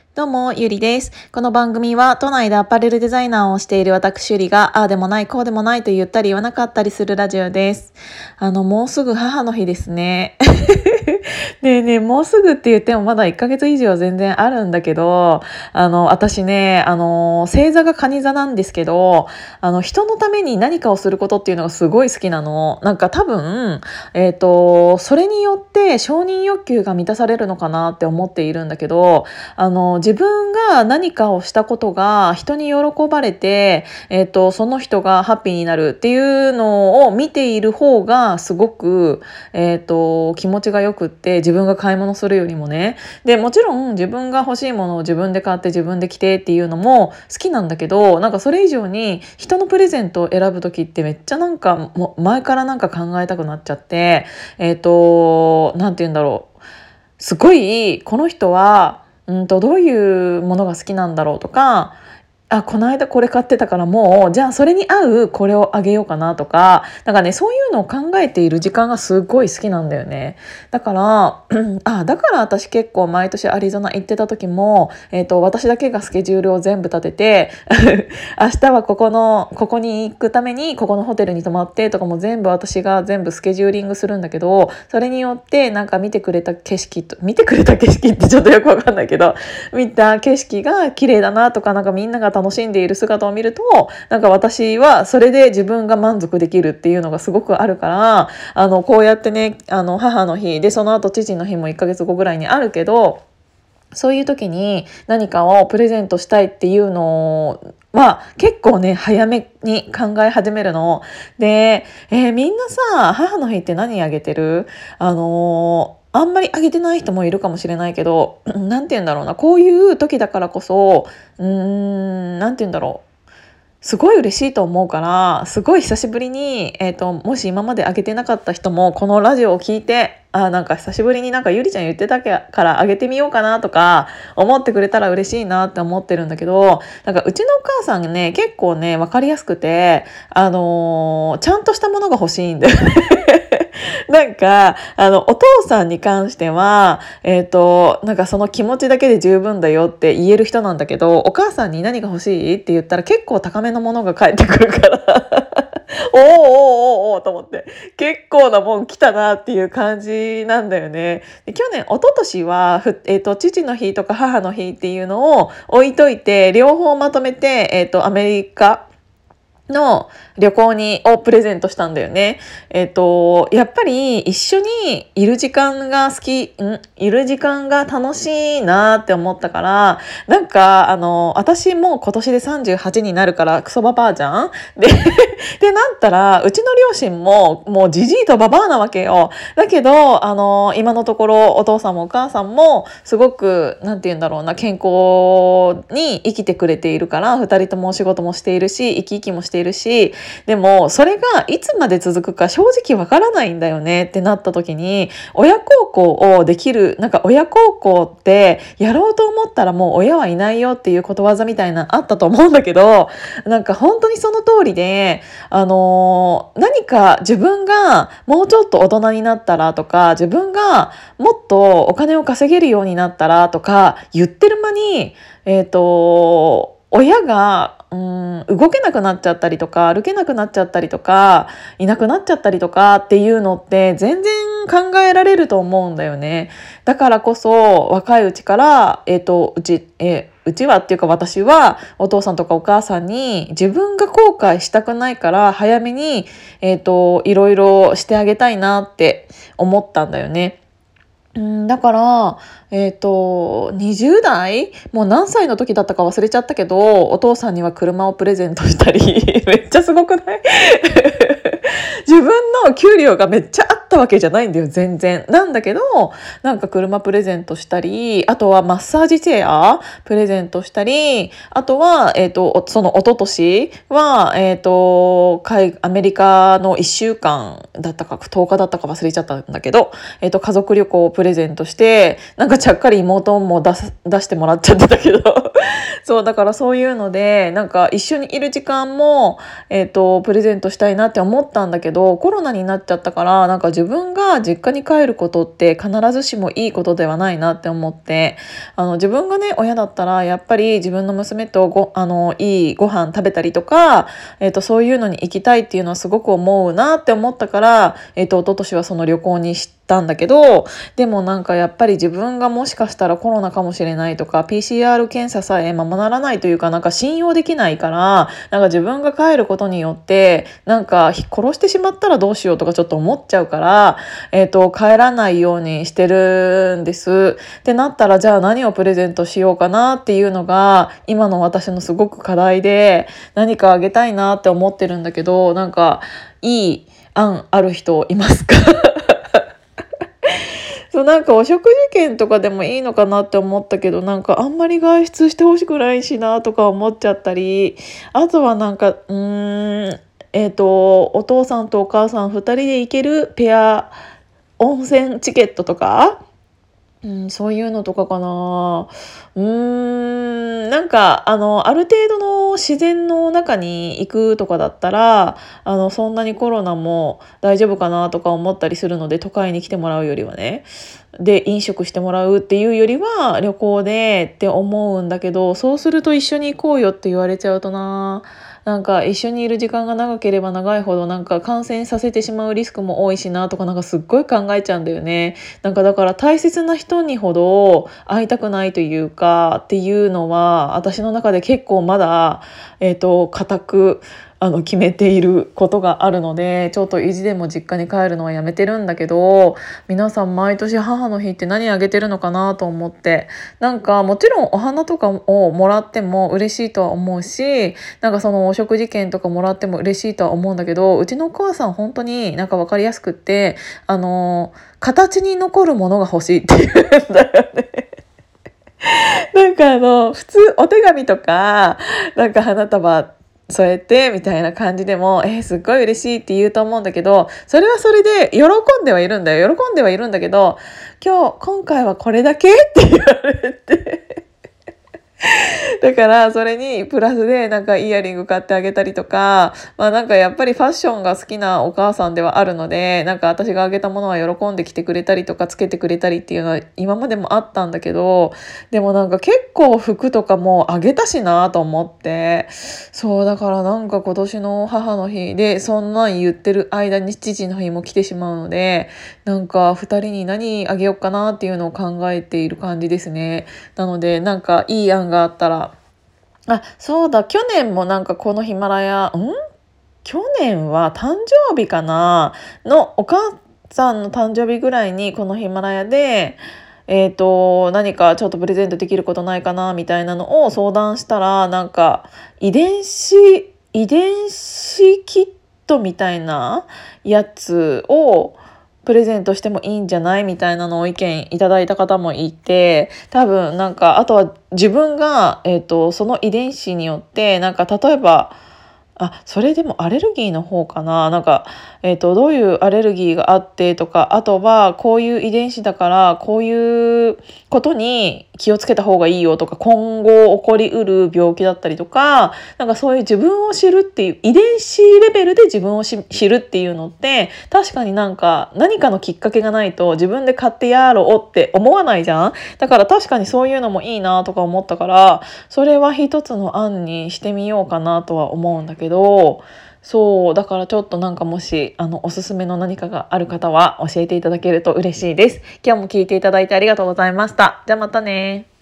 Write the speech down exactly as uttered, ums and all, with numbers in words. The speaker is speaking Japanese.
どうも、ゆりです。この番組は都内でアパレルデザイナーをしている私ゆりが、ああでもない、こうでもないと言ったり言わなかったりするラジオです。あの、もうすぐ母の日ですね。ねえねえ、もうすぐって言ってもまだいっかげつ以上全然あるんだけど、あの、私ね、あの、星座が蟹座なんですけど、あの、人のために何かをすることっていうのがすごい好きなの。なんか多分、えっと、それによって承認欲求が満たされるのかなって思っているんだけど、あの、自分が何かをしたことが人に喜ばれて、えっと、その人がハッピーになるっていうのを見ている方がすごく、えっと、気持ちがよくって、自分が買い物するよりもね。で、もちろん自分が欲しいものを自分で買って自分で着てっていうのも好きなんだけど、なんかそれ以上に人のプレゼントを選ぶ時ってめっちゃなんかもう前からなんか考えたくなっちゃって、えっと、なんて言うんだろう。すごい、この人は、うんと、どういうものが好きなんだろうとか、あ、この間これ買ってたからもう、じゃあそれに合うこれをあげようかなとか、なんかね、そういうのを考えている時間がすごい好きなんだよね。だから、あ、だから私結構毎年アリゾナ行ってた時も、えっと、私だけがスケジュールを全部立てて、明日はここの、ここに行くために、ここのホテルに泊まってとかも全部私が全部スケジューリングするんだけど、それによってなんか見てくれた景色と、見てくれた景色ってちょっとよくわかんないけど、見た景色が綺麗だなとか、なんかみんなが楽しんでいる姿を見ると、なんか私はそれで自分が満足できるっていうのがすごくあるから、あの、こうやってね、あの、母の日で、その後父の日もいっかげつごぐらいにあるけど、そういう時に何かをプレゼントしたいっていうのは結構ね、早めに考え始めるの。で、えーみんなさ、母の日って何あげてる？あのーあんまりあげてない人もいるかもしれないけど、なんて言うんだろうな、こういう時だからこそ、うーん、なんて言うんだろう。すごい嬉しいと思うから、すごい久しぶりに、えっと、もし今まであげてなかった人も、このラジオを聞いて、あ、なんか久しぶりになんかゆりちゃん言ってたからあげてみようかなとか、思ってくれたら嬉しいなって思ってるんだけど、なんかうちのお母さんがね、結構ね、わかりやすくて、あのーちゃんとしたものが欲しいんだよね。なんか、あの、お父さんに関しては、えっと、なんかその気持ちだけで十分だよって言える人なんだけど、お母さんに何が欲しいって言ったら結構高めのものが返ってくるから、おーおーおーおーと思って、結構なもん来たなっていう感じなんだよね。で去年、一昨年は、ふえっと、父の日とか母の日っていうのを置いといて、両方まとめて、えっと、アメリカ、の旅行にをプレゼントしたんだよね。えっと、やっぱり一緒にいる時間が好き、んいる時間が楽しいなって思ったから、なんか、あの、私も今年でさんじゅうはちになるからクソババアじゃんで、で、なったら、うちの両親ももうじじいとババアなわけよ。だけど、あの、今のところお父さんもお母さんもすごく、なんて言うんだろうな、健康に生きてくれているから、二人ともお仕事もしているし、生き生きもしているし、でも、それがいつまで続くか正直わからないんだよねってなった時に、親孝行をできる、なんか親孝行ってやろうと思ったらもう親はいないよっていうことわざみたいなあったと思うんだけど、なんか本当にその通りで、あのー何か自分がもうちょっと大人になったらとか、自分がもっとお金を稼げるようになったらとか言ってる間に、えっと、親が、うん、動けなくなっちゃったりとか、歩けなくなっちゃったりとか、いなくなっちゃったりとかっていうのって全然考えられると思うんだよね。だからこそ若いうちから、えっと、うち、えうちはっていうか私はお父さんとかお母さんに自分が後悔したくないから早めに、えっと、いろいろしてあげたいなって思ったんだよね。うん、だから、えっと、にじゅう代もう何歳の時だったか忘れちゃったけど、お父さんには車をプレゼントしたり、めっちゃすごくない？自分の給料がめっちゃあったわけじゃないんだよ、全然。なんだけど、なんか車プレゼントしたり、あとはマッサージチェアプレゼントしたり、あとは、えっと、その一昨年は、えっと、海アメリカのいっしゅうかんだったか、とおかだったか忘れちゃったんだけど、えっと、家族旅行をプレゼントして、なんかちゃっかり妹も出す出してもらっちゃってたけど、 そう、だからそういうので、なんか一緒にいる時間も、えっと、プレゼントしたいなって思ったんだけど、コロナになっちゃったから、なんか自分が実家に帰ることって必ずしもいいことではないなって思って、あの、自分がね、親だったら、やっぱり自分の娘とご、あの、いいご飯食べたりとか、えっと、そういうのに行きたいっていうのはすごく思うなって思ったから、えっと、一昨年はその旅行にしたんだけど、でもなんかやっぱり自分がもしかしたらコロナかもしれないとか ピーシーアール 検査さえままならないというかなんか信用できないからなんか自分が帰ることによってなんか殺してしまったらどうしようとかちょっと思っちゃうから、えーと、帰らないようにしてるんです。ってなったらじゃあ何をプレゼントしようかなっていうのが今の私のすごく課題で何かあげたいなって思ってるんだけどなんかいい案ある人いますか？そうなんかお食事券とかでもいいのかなって思ったけどなんかあんまり外出してほしくないしなとか思っちゃったりあとはなんかうーんえっとお父さんとお母さんふたりで行けるペア温泉チケットとかうん、そういうのとかかな。うーん、なんか、あの、ある程度の自然の中に行くとかだったら、あの、そんなにコロナも大丈夫かなとか思ったりするので、都会に来てもらうよりはね。で、飲食してもらうっていうよりは、旅行でって思うんだけど、そうすると一緒に行こうよって言われちゃうとな。なんか一緒にいる時間が長ければ長いほどなんか感染させてしまうリスクも多いしなとかなんかすっごい考えちゃうんだよね。なんかだから大切な人にほど会いたくないというかっていうのは私の中で結構まだえっと固くあの決めていることがあるのでちょっと意地でも実家に帰るのはやめてるんだけど皆さん毎年母の日って何あげてるのかなと思ってなんかもちろんお花とかをもらっても嬉しいとは思うしなんかそのお食事券とかもらっても嬉しいとは思うんだけどうちのお母さん本当になんか分かりやすくってあの形に残るものが欲しいっていうんだよね。なんかあの普通お手紙とかなんか花束添えてみたいな感じでもえー、すっごい嬉しいって言うと思うんだけどそれはそれで喜んではいるんだよ喜んではいるんだけど今日今回はこれだけって言われてだからそれにプラスでなんかイヤリング買ってあげたりとかまあなんかやっぱりファッションが好きなお母さんではあるのでなんか私があげたものは喜んできてくれたりとかつけてくれたりっていうのは今までもあったんだけどでもなんか結構服とかもあげたしなと思ってそうだからなんか今年の母の日でそんなん言ってる間に父の日も来てしまうのでなんかふたりに何あげようかなっていうのを考えている感じですね。なのでなんかいい案があったらあ、そうだ、去年もなんかこのヒマラヤ、ん去年は誕生日かなのお母さんの誕生日ぐらいにこのヒマラヤで、えっと、何かちょっとプレゼントできることないかなみたいなのを相談したら、なんか遺伝子、遺伝子キットみたいなやつをプレゼントしてもいいんじゃないみたいなのを意見いただいた方もいて多分なんかあとは自分が、えーと、その遺伝子によってなんか例えばあそれでもアレルギーの方かななんか、えーと、どういうアレルギーがあってとかあとはこういう遺伝子だからこういうことに気をつけた方がいいよとか今後起こりうる病気だったりとかなんかそういう自分を知るっていう遺伝子レベルで自分を知るっていうのって確かになんか何かのきっかけがないと自分で買ってやろうって思わないじゃん。だから確かにそういうのもいいなとか思ったからそれは一つの案にしてみようかなとは思うんだけどそうだからちょっとなんかもしあのおすすめの何かがある方は教えていただけると嬉しいです。今日も聞いていただいてありがとうございました。じゃあまたね。